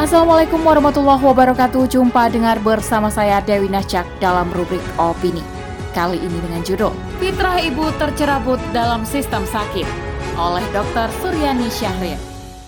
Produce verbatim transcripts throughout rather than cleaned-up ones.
Assalamualaikum warahmatullahi wabarakatuh. Jumpa dengar bersama saya Dewi Nasjak dalam rubrik Opini. Kali ini dengan judul Fitrah Ibu Tercerabut dalam Sistem Sakit oleh dokter Suryani Syahrir.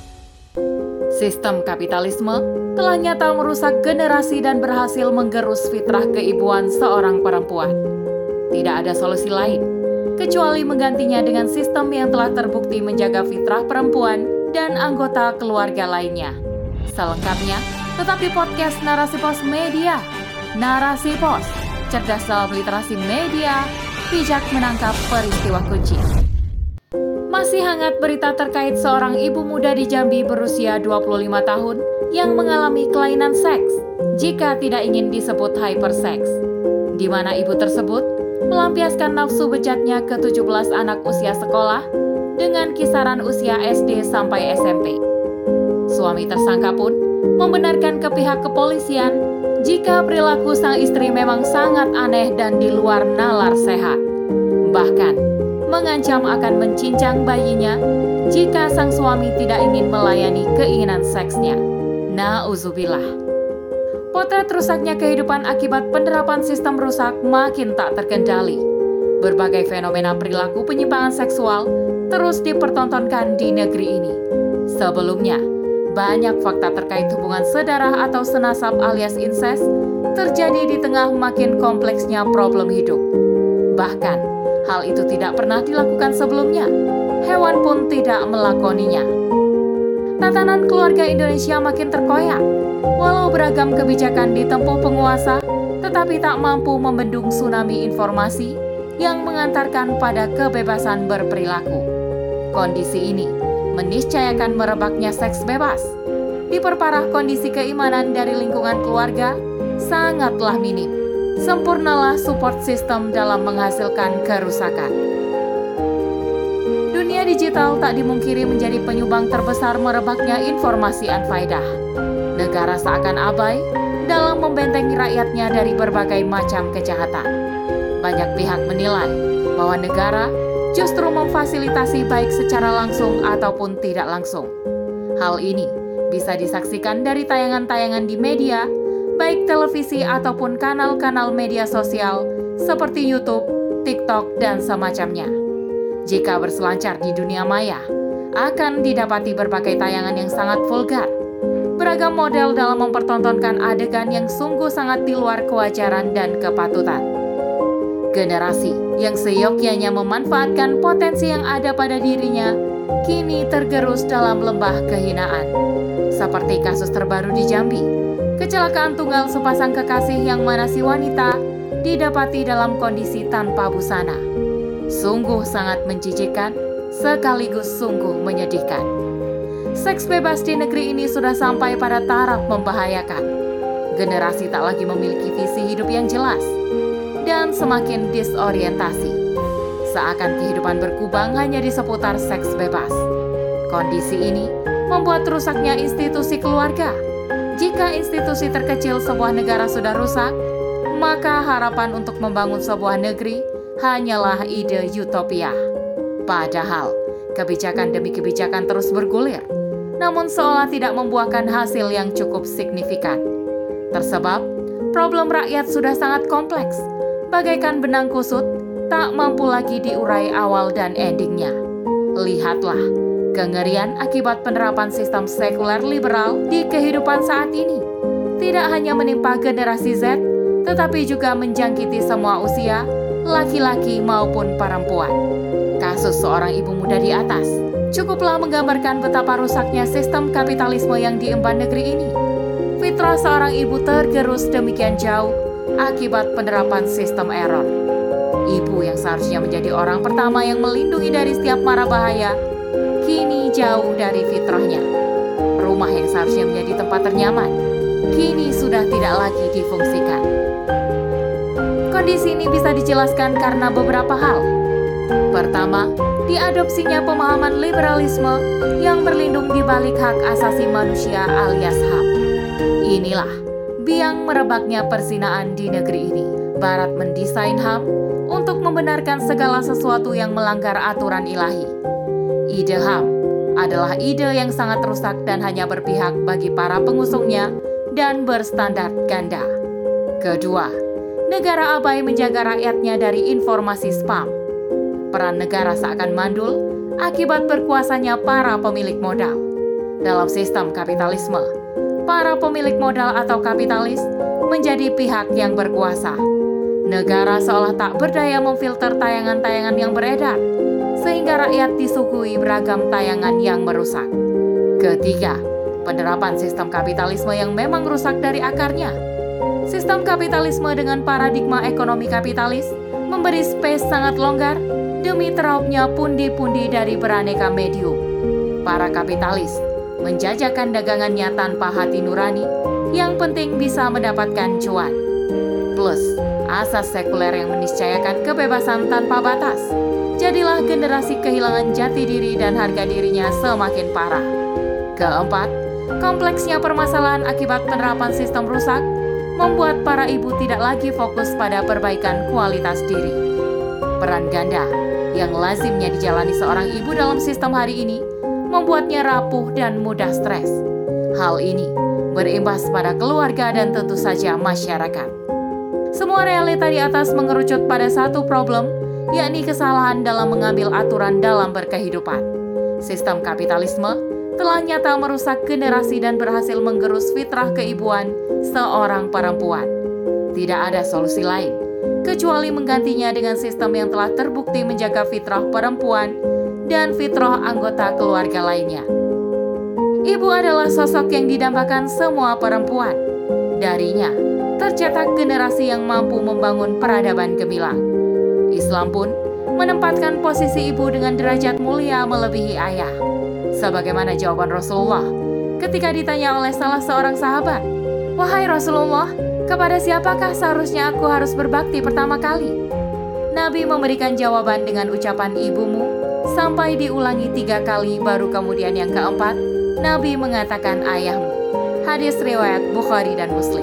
Sistem kapitalisme telah nyata merusak generasi dan berhasil menggerus fitrah keibuan seorang perempuan. Tidak ada solusi lain kecuali menggantinya dengan sistem yang telah terbukti menjaga fitrah perempuan dan anggota keluarga lainnya. Selengkapnya, tetap di podcast Narasi Pos Media. Narasi Pos, cerdas dalam literasi media, bijak menangkap peristiwa kunci. Masih hangat berita terkait seorang ibu muda di Jambi berusia dua puluh lima tahun yang mengalami kelainan seks jika tidak ingin disebut hypersex, di mana ibu tersebut melampiaskan nafsu bejatnya ke tujuh belas anak usia sekolah dengan kisaran usia S D sampai S M P. Suami tersangka pun membenarkan ke pihak kepolisian jika perilaku sang istri memang sangat aneh dan di luar nalar sehat. Bahkan, mengancam akan mencincang bayinya jika sang suami tidak ingin melayani keinginan seksnya. Nauzubillah. Potret rusaknya kehidupan akibat penerapan sistem rusak makin tak terkendali. Berbagai fenomena perilaku penyimpangan seksual terus dipertontonkan di negeri ini. Sebelumnya, banyak fakta terkait hubungan sedarah atau senasab alias insest terjadi di tengah makin kompleksnya problem hidup. Bahkan, hal itu tidak pernah dilakukan sebelumnya. Hewan pun tidak melakoninya. Tatanan keluarga Indonesia makin terkoyak. Walau beragam kebijakan ditempuh penguasa, tetapi tak mampu membendung tsunami informasi yang mengantarkan pada kebebasan berperilaku. Kondisi ini meniscayakan merebaknya seks bebas. Diperparah kondisi keimanan dari lingkungan keluarga sangatlah minim. Sempurnalah support system dalam menghasilkan kerusakan. Dunia digital tak dimungkiri menjadi penyumbang terbesar merebaknya informasi unfaedah. Negara seakan abai dalam membentengi rakyatnya dari berbagai macam kejahatan. Banyak pihak menilai bahwa negara justru memfasilitasi baik secara langsung ataupun tidak langsung. Hal ini bisa disaksikan dari tayangan-tayangan di media, baik televisi ataupun kanal-kanal media sosial seperti YouTube, TikTok, dan semacamnya. Jika berselancar di dunia maya, akan didapati berbagai tayangan yang sangat vulgar. Beragam model dalam mempertontonkan adegan yang sungguh sangat di luar kewajaran dan kepatutan. Generasi yang seyogyanya memanfaatkan potensi yang ada pada dirinya kini tergerus dalam lembah kehinaan. Seperti kasus terbaru di Jambi, kecelakaan tunggal sepasang kekasih yang mana si wanita didapati dalam kondisi tanpa busana. Sungguh sangat menjijikkan, sekaligus sungguh menyedihkan. Seks bebas di negeri ini sudah sampai pada taraf membahayakan. Generasi tak lagi memiliki visi hidup yang jelas dan semakin disorientasi. Seakan kehidupan berkubang hanya di seputar seks bebas. Kondisi ini membuat rusaknya institusi keluarga. Jika institusi terkecil sebuah negara sudah rusak, maka harapan untuk membangun sebuah negeri hanyalah ide utopia. Padahal, kebijakan demi kebijakan terus bergulir, namun seolah tidak membuahkan hasil yang cukup signifikan. Tersebab, problem rakyat sudah sangat kompleks, bagaikan benang kusut, tak mampu lagi diurai awal dan endingnya. Lihatlah kengerian akibat penerapan sistem sekuler liberal di kehidupan saat ini. Tidak hanya menimpa generasi Z, tetapi juga menjangkiti semua usia, laki-laki maupun perempuan. Kasus seorang ibu muda di atas cukuplah menggambarkan betapa rusaknya sistem kapitalisme yang diemban negeri ini. Fitrah seorang ibu tergerus demikian jauh akibat penerapan sistem error. Ibu yang seharusnya menjadi orang pertama yang melindungi dari setiap mara bahaya, kini jauh dari fitrahnya. Rumah yang seharusnya menjadi tempat ternyaman, kini sudah tidak lagi difungsikan. Kondisi ini bisa dijelaskan karena beberapa hal. Pertama, diadopsinya pemahaman liberalisme yang berlindung di balik hak asasi manusia alias H A M. Inilah biang merebaknya perzinaan di negeri ini. Barat mendesain H A M untuk membenarkan segala sesuatu yang melanggar aturan ilahi. Ide H A M adalah ide yang sangat rusak dan hanya berpihak bagi para pengusungnya dan berstandar ganda. Kedua, negara abai menjaga rakyatnya dari informasi spam. Peran negara seakan mandul akibat berkuasanya para pemilik modal. Dalam sistem kapitalisme, para pemilik modal atau kapitalis menjadi pihak yang berkuasa. Negara seolah tak berdaya memfilter tayangan-tayangan yang beredar, sehingga rakyat disuguhi beragam tayangan yang merusak. Ketiga, penerapan sistem kapitalisme yang memang rusak dari akarnya. Sistem kapitalisme dengan paradigma ekonomi kapitalis memberi space sangat longgar demi teraupnya pundi-pundi dari beraneka medium. Para kapitalis menjajakan dagangannya tanpa hati nurani, yang penting bisa mendapatkan cuan. Plus, asas sekuler yang meniscayakan kebebasan tanpa batas. Jadilah generasi kehilangan jati diri dan harga dirinya semakin parah. Keempat, kompleksnya permasalahan akibat penerapan sistem rusak membuat para ibu tidak lagi fokus pada perbaikan kualitas diri. Peran ganda yang lazimnya dijalani seorang ibu dalam sistem hari ini membuatnya rapuh dan mudah stres. Hal ini berimbas pada keluarga dan tentu saja masyarakat. Semua realita di atas mengerucut pada satu problem, yakni kesalahan dalam mengambil aturan dalam berkehidupan. Sistem kapitalisme telah nyata merusak generasi dan berhasil menggerus fitrah keibuan seorang perempuan. Tidak ada solusi lain kecuali menggantinya dengan sistem yang telah terbukti menjaga fitrah perempuan dan fitrah anggota keluarga lainnya. Ibu adalah sosok yang didambakan semua perempuan. Darinya tercetak generasi yang mampu membangun peradaban gemilang. Islam pun menempatkan posisi ibu dengan derajat mulia melebihi ayah. Sebagaimana jawaban Rasulullah ketika ditanya oleh salah seorang sahabat, "Wahai Rasulullah, kepada siapakah seharusnya aku harus berbakti pertama kali?" Nabi memberikan jawaban dengan ucapan ibumu, sampai diulangi tiga kali baru kemudian yang keempat, Nabi mengatakan ayahmu. Hadis riwayat Bukhari dan Muslim.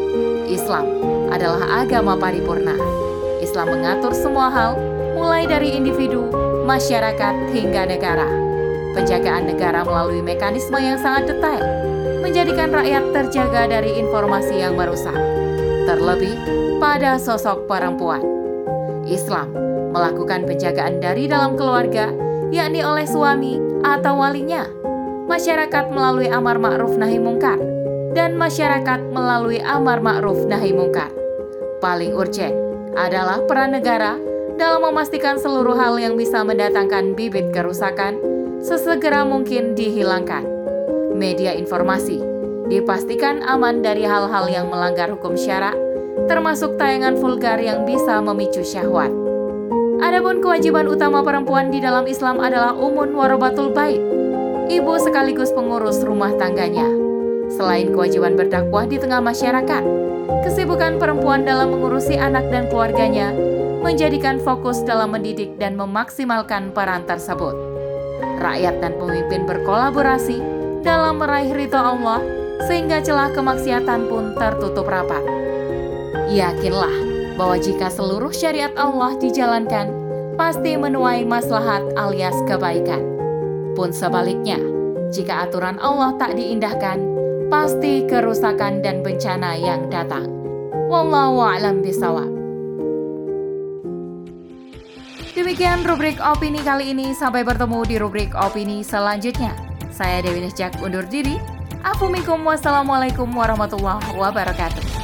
Islam adalah agama paripurna. Islam mengatur semua hal, mulai dari individu, masyarakat, hingga negara. Penjagaan negara melalui mekanisme yang sangat detail, menjadikan rakyat terjaga dari informasi yang merusak. Terlebih pada sosok perempuan. Islam melakukan penjagaan dari dalam keluarga, yakni oleh suami atau walinya, masyarakat melalui amar ma'ruf nahi mungkar, dan masyarakat melalui amar ma'ruf nahi mungkar. Paling urgent adalah peran negara dalam memastikan seluruh hal yang bisa mendatangkan bibit kerusakan sesegera mungkin dihilangkan. Media informasi dipastikan aman dari hal-hal yang melanggar hukum syara, termasuk tayangan vulgar yang bisa memicu syahwat. Adapun kewajiban utama perempuan di dalam Islam adalah umun warobatul bait, ibu sekaligus pengurus rumah tangganya. Selain kewajiban berdakwah di tengah masyarakat, kesibukan perempuan dalam mengurusi anak dan keluarganya menjadikan fokus dalam mendidik dan memaksimalkan peran tersebut. Rakyat dan pemimpin berkolaborasi dalam meraih ridho Allah, sehingga celah kemaksiatan pun tertutup rapat. Yakinlah bahwa jika seluruh syariat Allah dijalankan, pasti menuai maslahat alias kebaikan. Pun sebaliknya, jika aturan Allah tak diindahkan, pasti kerusakan dan bencana yang datang. Wallahu a'lam bishawab. Demikian rubrik opini kali ini. Sampai bertemu di rubrik opini selanjutnya. Saya Dewi Nesjak undur diri. Afumikum wassalamualaikum warahmatullahi wabarakatuh.